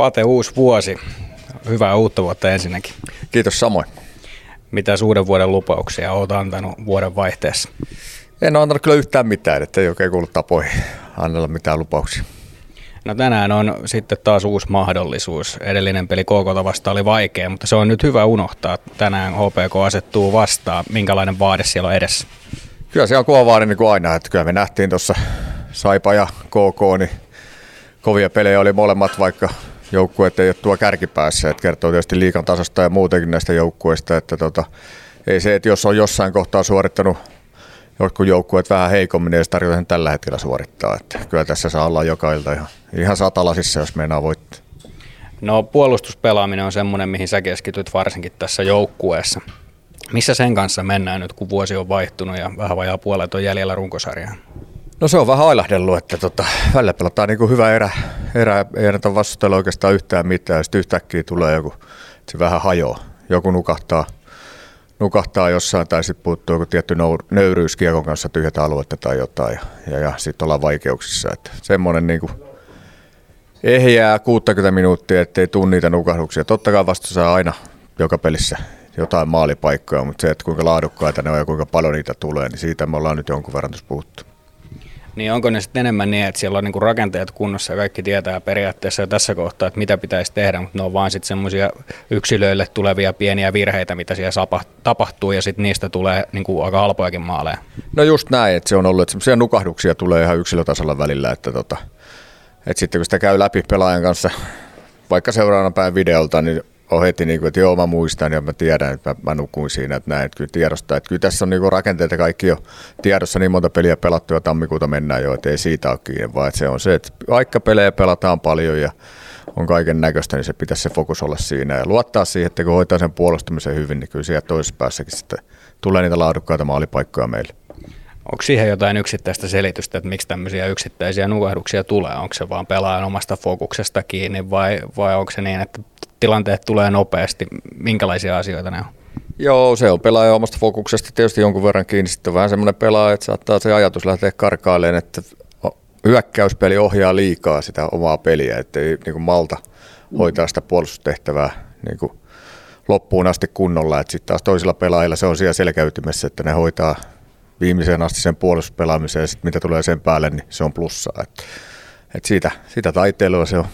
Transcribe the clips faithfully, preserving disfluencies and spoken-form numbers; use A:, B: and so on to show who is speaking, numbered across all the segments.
A: Pate, uusi vuosi. Hyvää uutta vuotta ensinnäkin.
B: Kiitos samoin.
A: Mitä uuden vuoden lupauksia olet antanut vuoden vaihteessa?
B: En ole antanut kyllä yhtään mitään, että ei oikein kuulu tapoihin annella mitään lupauksia.
A: No tänään on sitten taas uusi mahdollisuus. Edellinen peli K K:ta vastaan oli vaikea, mutta se on nyt hyvä unohtaa. Tänään H P K asettuu vastaan. Minkälainen vaade siellä on edessä?
B: Kyllä se on kova vaade niin kuin aina. Että kyllä me nähtiin tuossa Saipa ja K K, niin kovia pelejä oli molemmat, vaikka joukkueet ei ole tuo kärkipäässä. Että kertoo tietysti liigan tasosta ja muutenkin näistä joukkueista. Että tota, ei se, että jos on jossain kohtaa suorittanut jotkut joukkueet vähän heikommin, niin ei se tarkoita sen tällä hetkellä suorittaa. Että kyllä tässä saa olla joka ilta ihan, ihan satalasissa, jos meinaa voittaa.
A: No puolustuspelaaminen on semmoinen, mihin sä keskityt varsinkin tässä joukkueessa. Missä sen kanssa mennään nyt, kun vuosi on vaihtunut ja vähän vajaa puolet on jäljellä runkosarjaa?
B: No se on vähän ailahdellut, että tota, välillä pelataan niin kuin hyvä erä, erä, ei anneta vastustella oikeastaan yhtään mitään, ja sitten yhtäkkiä tulee joku, se vähän hajoaa, joku nukahtaa, nukahtaa jossain, tai sitten puuttuu joku tietty nöyryys kiekon kanssa tyhjätä aluetta tai jotain, ja, ja, ja sitten ollaan vaikeuksissa, että semmoinen niin kuin ehjää kuusikymmentä minuuttia, ettei tule niitä nukahduksia. Totta kai vastu saa aina joka pelissä jotain maalipaikkoja, mutta se, että kuinka laadukkaita ne on ja kuinka paljon niitä tulee, niin siitä me ollaan nyt jonkun verran tuossa puhuttu.
A: Niin onko ne sitten enemmän niin, että siellä on niinku rakenteet kunnossa ja kaikki tietää periaatteessa jo tässä kohtaa, että mitä pitäisi tehdä, mutta ne on vaan sitten semmoisia yksilöille tulevia pieniä virheitä, mitä siellä tapahtuu ja sitten niistä tulee niinku aika halpojakin maaleja? No
B: just näin, että se on ollut, että semmoisia nukahduksia tulee ihan yksilötasolla välillä, että, tota, että sitten kun sitä käy läpi pelaajan kanssa, vaikka seuraavana päin videolta, niin on heti niin kuin, että joo mä muistan ja mä tiedän, että mä, mä nukuin siinä, että näin, että kyllä tiedostaa, että kyllä tässä on niin kuin rakenteita kaikki jo tiedossa, niin monta peliä pelattu ja tammikuuta mennään jo, että ei siitä ole kiinni, vaan että se on se, että vaikka pelejä pelataan paljon ja on kaiken näköistä, niin se pitäisi se fokus olla siinä ja luottaa siihen, että kun hoitaa sen puolustamisen hyvin, niin kyllä siellä toisessa päässäkin sitten tulee niitä laadukkaita maalipaikkoja meille.
A: Onko siihen jotain yksittäistä selitystä, että miksi tämmöisiä yksittäisiä nukahduksia tulee? Onko se vaan pelaajan omasta fokuksesta kiinni vai, vai onko se niin, että tilanteet tulee nopeasti? Minkälaisia asioita ne on?
B: Joo, se on pelaajan omasta fokuksesta tietysti jonkun verran kiinni. Sitten vähän semmoinen pelaaja, että saattaa se ajatus lähteä karkailemaan, että hyökkäyspeli ohjaa liikaa sitä omaa peliä, ettei niin kuin malta hoitaa sitä puolustustehtävää niin kuin loppuun asti kunnolla. Sitten taas toisilla pelaajilla se on siellä selkäytymessä, että ne hoitaa viimeiseen asti sen puolustuspelaamisen ja sitten mitä tulee sen päälle, niin se on plussaa. Et, et siitä, siitä taiteilua se on.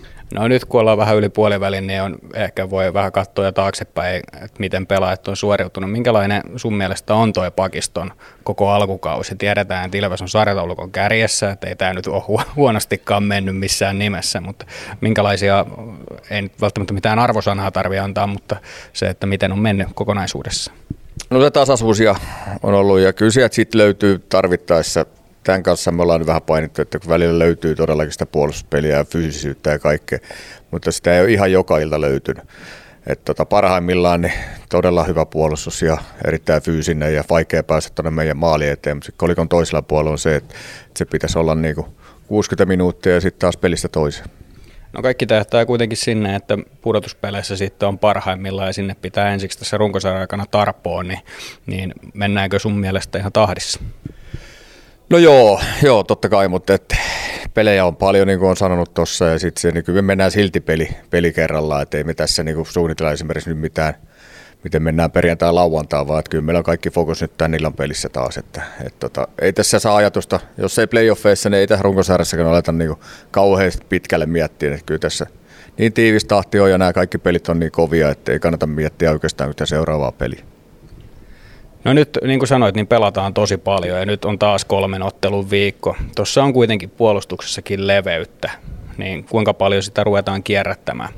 A: No nyt kun ollaan vähän yli puolivälin, niin on, ehkä voi vähän katsoa jo taaksepäin, että miten pelaajat on suoriutunut. Minkälainen sun mielestä on toi pakiston koko alkukausi? Tiedetään, että Ilves on sarjataulukon kärjessä, että ei tämä nyt ole huonostikaan mennyt missään nimessä, mutta minkälaisia, ei nyt välttämättä mitään arvosanaa tarvitse antaa, mutta se, että miten on mennyt kokonaisuudessa.
B: No se tasaisuusia on ollut ja kyllä sieltä sitten löytyy tarvittaessa. Tämän kanssa me ollaan vähän painittu, että kun välillä löytyy todellakin sitä puolustuspeliä ja fyysisyyttä ja kaikkea, mutta sitä ei ole ihan joka ilta löytynyt. Että tota, parhaimmillaan niin todella hyvä puolustus ja erittäin fyysinen ja vaikea päästä tuonne meidän maaliin eteen, mutta kolikon toisella puolella on se, että se pitäisi olla niinku kuusikymmentä minuuttia ja sitten taas pelistä toiseen.
A: No kaikki tähtää kuitenkin sinne, että pudotuspeleissä sitten on parhaimmillaan ja sinne pitää ensiksi tässä runkosarjan aikana tarpoon, niin, niin mennäänkö sun mielestä ihan tahdissa?
B: No joo, joo totta kai, mutta et pelejä on paljon, niin kuin olen sanonut tuossa, ja sitten niin me mennään silti peli, peli kerrallaan, että ei me tässä niin kuin suunnitella esimerkiksi nyt mitään, miten mennään perjantai lauantaa, vaan että kyllä meillä on kaikki fokus nyt tämän illan pelissä taas, että et tota, ei tässä saa ajatusta, jos ei playoffeissa, niin ei tässä runkosarjassakaan aleta niin kuin kauheasti pitkälle miettiä, että kyllä tässä niin tiivis tahti on ja nämä kaikki pelit on niin kovia, että ei kannata miettiä oikeastaan yhtään seuraavaa peliä.
A: No nyt, niin kuin sanoit, niin pelataan tosi paljon ja nyt on taas kolmen ottelun viikko. Tuossa on kuitenkin puolustuksessakin leveyttä, niin kuinka paljon sitä ruvetaan kierrättämään?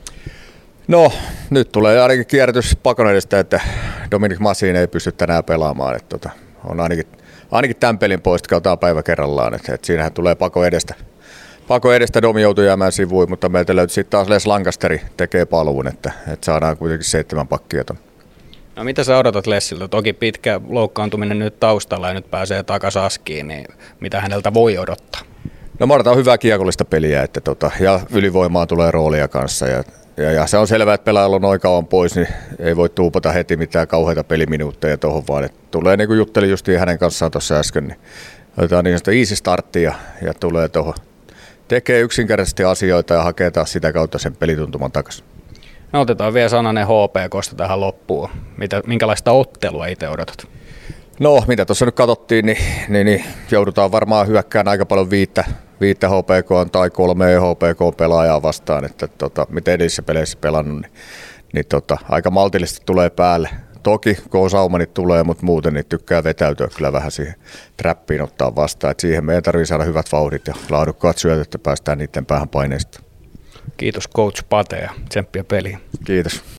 B: No, nyt tulee ainakin kierrätys pakon edestä, että Dominic Masin ei pysty tänään pelaamaan. Että tota, on ainakin, ainakin tämän pelin poista kautaan päivä kerrallaan, että, että siinähän tulee pako edestä. Pako edestä Domi joutui jäämään sivuun, mutta meiltä löytyy sitten taas Les Lancasteri tekee paluun, että, että saadaan kuitenkin seitsemän pakkia tuonne.
A: No mitä sä odotat Lessiltä? Toki pitkä loukkaantuminen nyt taustalla ja nyt pääsee takaisin askiin, niin mitä häneltä voi odottaa?
B: No mä odotan hyvää kiekollista peliä että tota, ja ylivoimaa tulee roolia kanssa ja, ja, ja se on selvää, että pelaajalla on noin kauan pois, niin ei voi tuupata heti mitään kauheita peliminuutteja tuohon vaan. Että tulee niin kuin juttelin justiin hänen kanssaan tuossa äsken, niin otetaan niin sitä easy starttia ja, ja tulee tuohon tekee yksinkertaisesti asioita ja hakee taas sitä kautta sen pelituntuman takaisin.
A: No otetaan vielä sananen H P K:sta tähän loppuun. Mitä, minkälaista ottelua itse odotat?
B: No, mitä tuossa nyt katsottiin, niin, niin, niin joudutaan varmaan hyökkään aika paljon viittä, viittä H P K tai kolme H P K-pelaajaa vastaan, että tota, miten edellisissä peleissä pelannut, niin, niin tota, aika maltillisesti tulee päälle. Toki K-saumanit tulee, mutta muuten niin tykkää vetäytyä kyllä vähän siihen trappiin ottaa vastaan. Et siihen meidän tarvitsee saada hyvät vauhdit ja laadukkaat syötöt, että päästään niiden päähän paineista.
A: Kiitos coach Pate ja tsemppiä peliin.
B: Kiitos.